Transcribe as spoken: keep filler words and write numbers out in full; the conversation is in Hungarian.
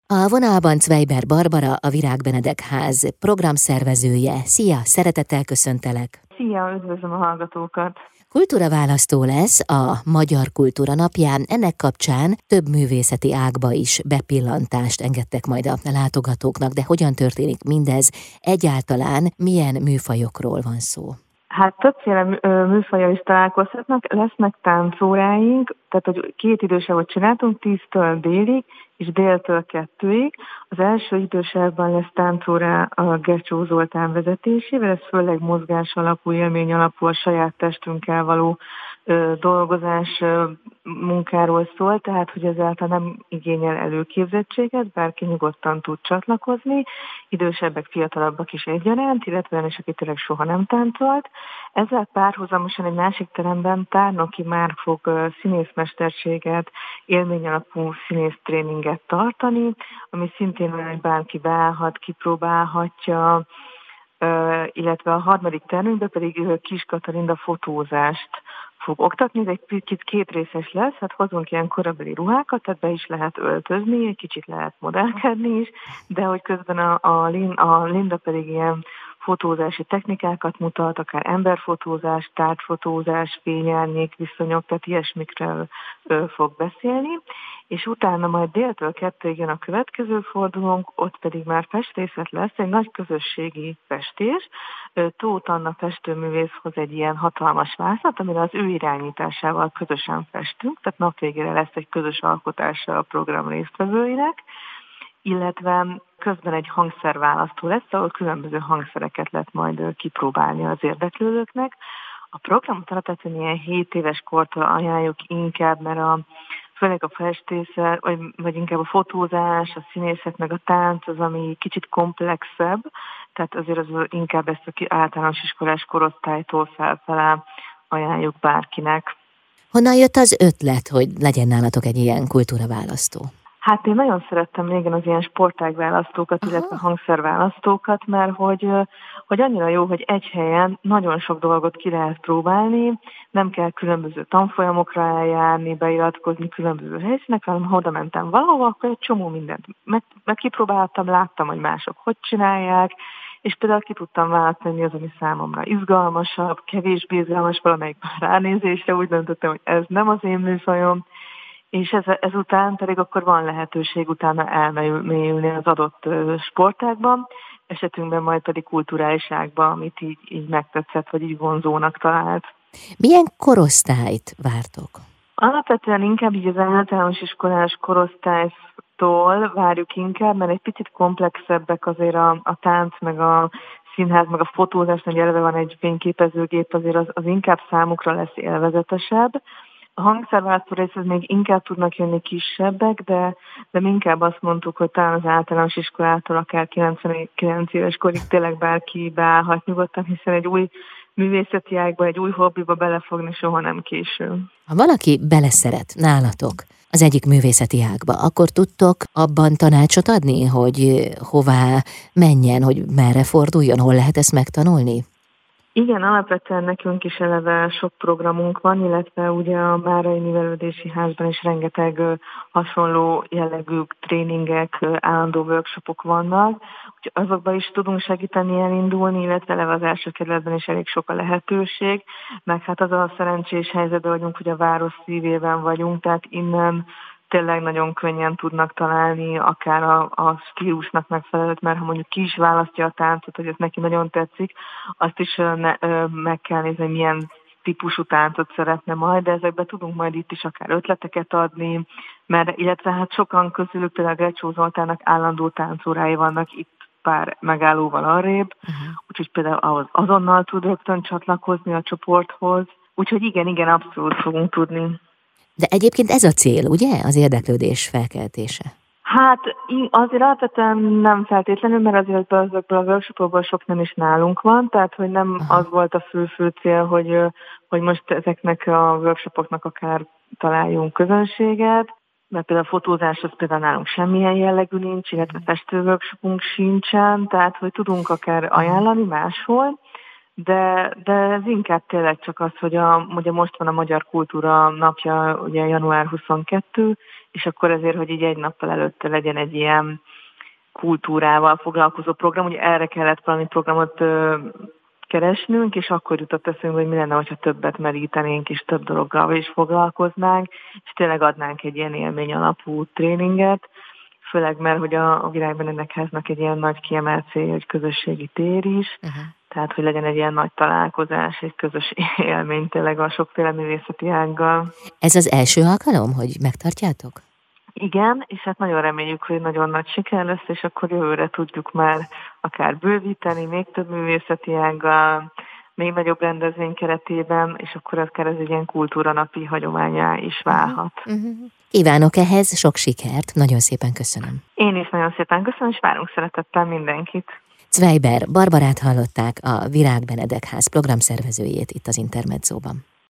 A vonalban Czvejber Barbara, a Virág Benedek Ház programszervezője. Szia, szeretettel köszöntelek! Szia, üdvözlöm a hallgatókat! Kultúraválasztó lesz a Magyar Kultúra Napján, ennek kapcsán több művészeti ágba is bepillantást engedtek majd a látogatóknak, de hogyan történik mindez? Egyáltalán milyen műfajokról van szó? Hát többféle műfajjal is találkozhatnak, lesznek táncóráink, tehát hogy két idősávot csináltunk, tíztől délig, és déltől kettőig. Az első idősávban lesz táncórá a Gecsó Zoltán vezetésével, ez főleg mozgás alapú, élmény alapú, a saját testünkkel való ö, dolgozás ö, munkáról szól, tehát hogy ezáltal nem igényel előképzettséget, bárki nyugodtan tud csatlakozni, idősebbek, fiatalabbak is egyaránt, illetve olyan is, aki tényleg soha nem táncolt. Ezzel párhuzamosan egy másik teremben Tárnoki Márk fog ö, színészmesterséget, élmény alapú színésztréninget tartani, ami szintén olyan, hogy bárki beállhat, kipróbálhatja, illetve a harmadik termünkben pedig Kis Katalinda fotózást fog oktatni, ez egy kicsit kétrészes lesz, hát hozunk ilyen korabeli ruhákat, tehát be is lehet öltözni, egy kicsit lehet modellkedni is, de hogy közben a, a, a Linda pedig ilyen fotózási technikákat mutat, akár emberfotózás, tárgyfotózás, fényárnyék viszonyok, tehát ilyesmikről ö, fog beszélni, és utána majd déltől kettőig jön a következő fordulónk, ott pedig már festészet lesz, egy nagy közösségi festés. Tóth Anna festőművész hoz egy ilyen hatalmas vászat, amire az ő irányításával közösen festünk, tehát napvégére lesz egy közös alkotása a program résztvevőinek, illetve közben egy hangszerválasztó lesz, ahol különböző hangszereket lehet majd kipróbálni az érdeklődőknek. A programot alapvetően ilyen hét éves kortól ajánljuk inkább, mert a, főleg a festészet, vagy, vagy inkább a fotózás, a színészet, meg a tánc az, ami kicsit komplexebb, tehát azért az inkább ezt a általános iskolás korosztálytól felfele ajánljuk bárkinek. Honnan jött az ötlet, hogy legyen nálatok egy ilyen kultúraválasztó? Hát én nagyon szerettem régen az ilyen sportágválasztókat, Aha. illetve hangszerválasztókat, mert hogy, hogy annyira jó, hogy egy helyen nagyon sok dolgot ki lehet próbálni, nem kell különböző tanfolyamokra eljárni, beiratkozni különböző helyszínekre, hanem ha oda mentem valahova, akkor egy csomó mindent meg, meg kipróbáltam, láttam, hogy mások hogy csinálják, és például ki tudtam választani, mi az, ami számomra izgalmasabb, kevésbé izgalmas, valamelyik ránézésre úgy döntöttem, hogy ez nem az én műfajom, és ez, ezután pedig akkor van lehetőség utána elmélyülni az adott sportágban, esetünkben majd pedig kulturális ágba, amit így, így megtetszett, vagy így vonzónak talált. Milyen korosztályt vártok? Alapvetően inkább így az általános iskolás korosztálytól várjuk inkább, mert egy picit komplexebbek azért a, a tánc, meg a színház, meg a fotózás, hogy eleve van egy fényképezőgép, azért az, az inkább számukra lesz élvezetesebb. A hangszerválasztó részhez még inkább tudnak jönni kisebbek, de, de mi inkább azt mondtuk, hogy talán az általános iskolától akár kilencvenkilenc éves korig tényleg bárki beállhat nyugodtan, hiszen egy új művészeti ágba, egy új hobbiba belefogni soha nem késő. Ha valaki beleszeret nálatok az egyik művészeti ágba, akkor tudtok abban tanácsot adni, hogy hová menjen, hogy merre forduljon, hol lehet ezt megtanulni? Igen, alapvetően nekünk is eleve sok programunk van, illetve ugye a Márai Művelődési Házban is rengeteg hasonló jellegű tréningek, állandó workshopok vannak, úgyhogy azokban is tudunk segíteni elindulni, illetve eleve az első kerületben is elég sok a lehetőség, meg hát az a szerencsés helyzetben vagyunk, hogy a város szívében vagyunk, tehát innen tényleg nagyon könnyen tudnak találni akár a, a stílusnak megfelelőt, mert ha mondjuk ki is választja a táncot, hogy ez neki nagyon tetszik, azt is ne, ö, meg kell nézni, hogy milyen típusú táncot szeretne majd, de ezekben tudunk majd itt is akár ötleteket adni, mert illetve hát sokan közülük például Gecsó Zoltánnak állandó táncórái vannak itt pár megállóval arrébb, uh-huh. Úgyhogy például ahhoz azonnal tud rögtön csatlakozni a csoporthoz, úgyhogy igen, igen, abszolút fogunk tudni. De egyébként ez a cél, ugye? Az érdeklődés felkeltése. Hát azért alapvetően nem feltétlenül, mert azért azokból a workshopokból sok nem is nálunk van, tehát hogy nem Aha. az volt a fő-fő cél, hogy, hogy most ezeknek a workshopoknak akár találjunk közönséget, mert például a fotózás az például nálunk semmilyen jellegű nincs, illetve festő workshopunk sincsen, tehát hogy tudunk akár ajánlani máshol, De, de ez inkább tényleg csak az, hogy a, ugye most van a Magyar Kultúra Napja, ugye január huszonkettő, és akkor azért, hogy így egy nappal előtte legyen egy ilyen kultúrával foglalkozó program, ugye erre kellett valami programot ö, keresnünk, és akkor jutott eszünkbe, hogy mi lenne, hogyha többet merítenénk, és több dologgal is foglalkoznánk, és tényleg adnánk egy ilyen élmény alapú tréninget, főleg mert, hogy a, a Virágbenedek-háznak egy ilyen nagy kiemelt célja, hogy közösségi tér is, uh-huh. tehát, hogy legyen egy ilyen nagy találkozás, egy közös élmény tényleg a sokféle művészeti ággal. Ez az első alkalom, hogy megtartjátok? Igen, és hát nagyon reméljük, hogy nagyon nagy siker lesz, és akkor jövőre tudjuk már akár bővíteni, még több művészeti ággal, még nagyobb rendezvény keretében, és akkor akár ez egy ilyen kultúranapi hagyományá is válhat. Uh-huh. Kívánok ehhez sok sikert, nagyon szépen köszönöm. Én is nagyon szépen köszönöm, és várunk szeretettel mindenkit. Czvejber Barbarát hallották, a Virágbenedek-ház programszervezőjét itt az Intermedzóban.